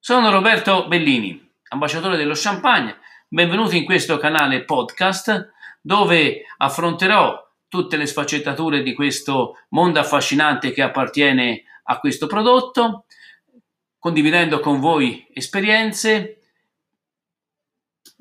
Sono Roberto Bellini, ambasciatore dello Champagne. Benvenuti in questo canale podcast dove affronterò tutte le sfaccettature di questo mondo affascinante che appartiene a questo prodotto, condividendo con voi esperienze,